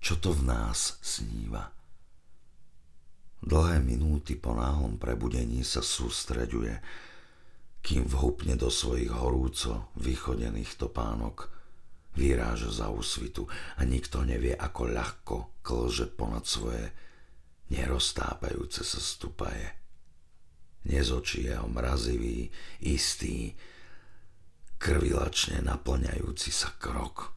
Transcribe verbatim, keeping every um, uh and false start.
čo to v nás sníva. Dlhé minúty po náhlom prebudení sa sústreďuje, kým vhupne do svojich horúco vychodených topánok, vyráža za úsvitu a nikto nevie, ako ľahko klže ponad svoje neroztápajúce sa stupaje. Nezočí jeho mrazivý, istý, krvilačne naplňajúci sa krok.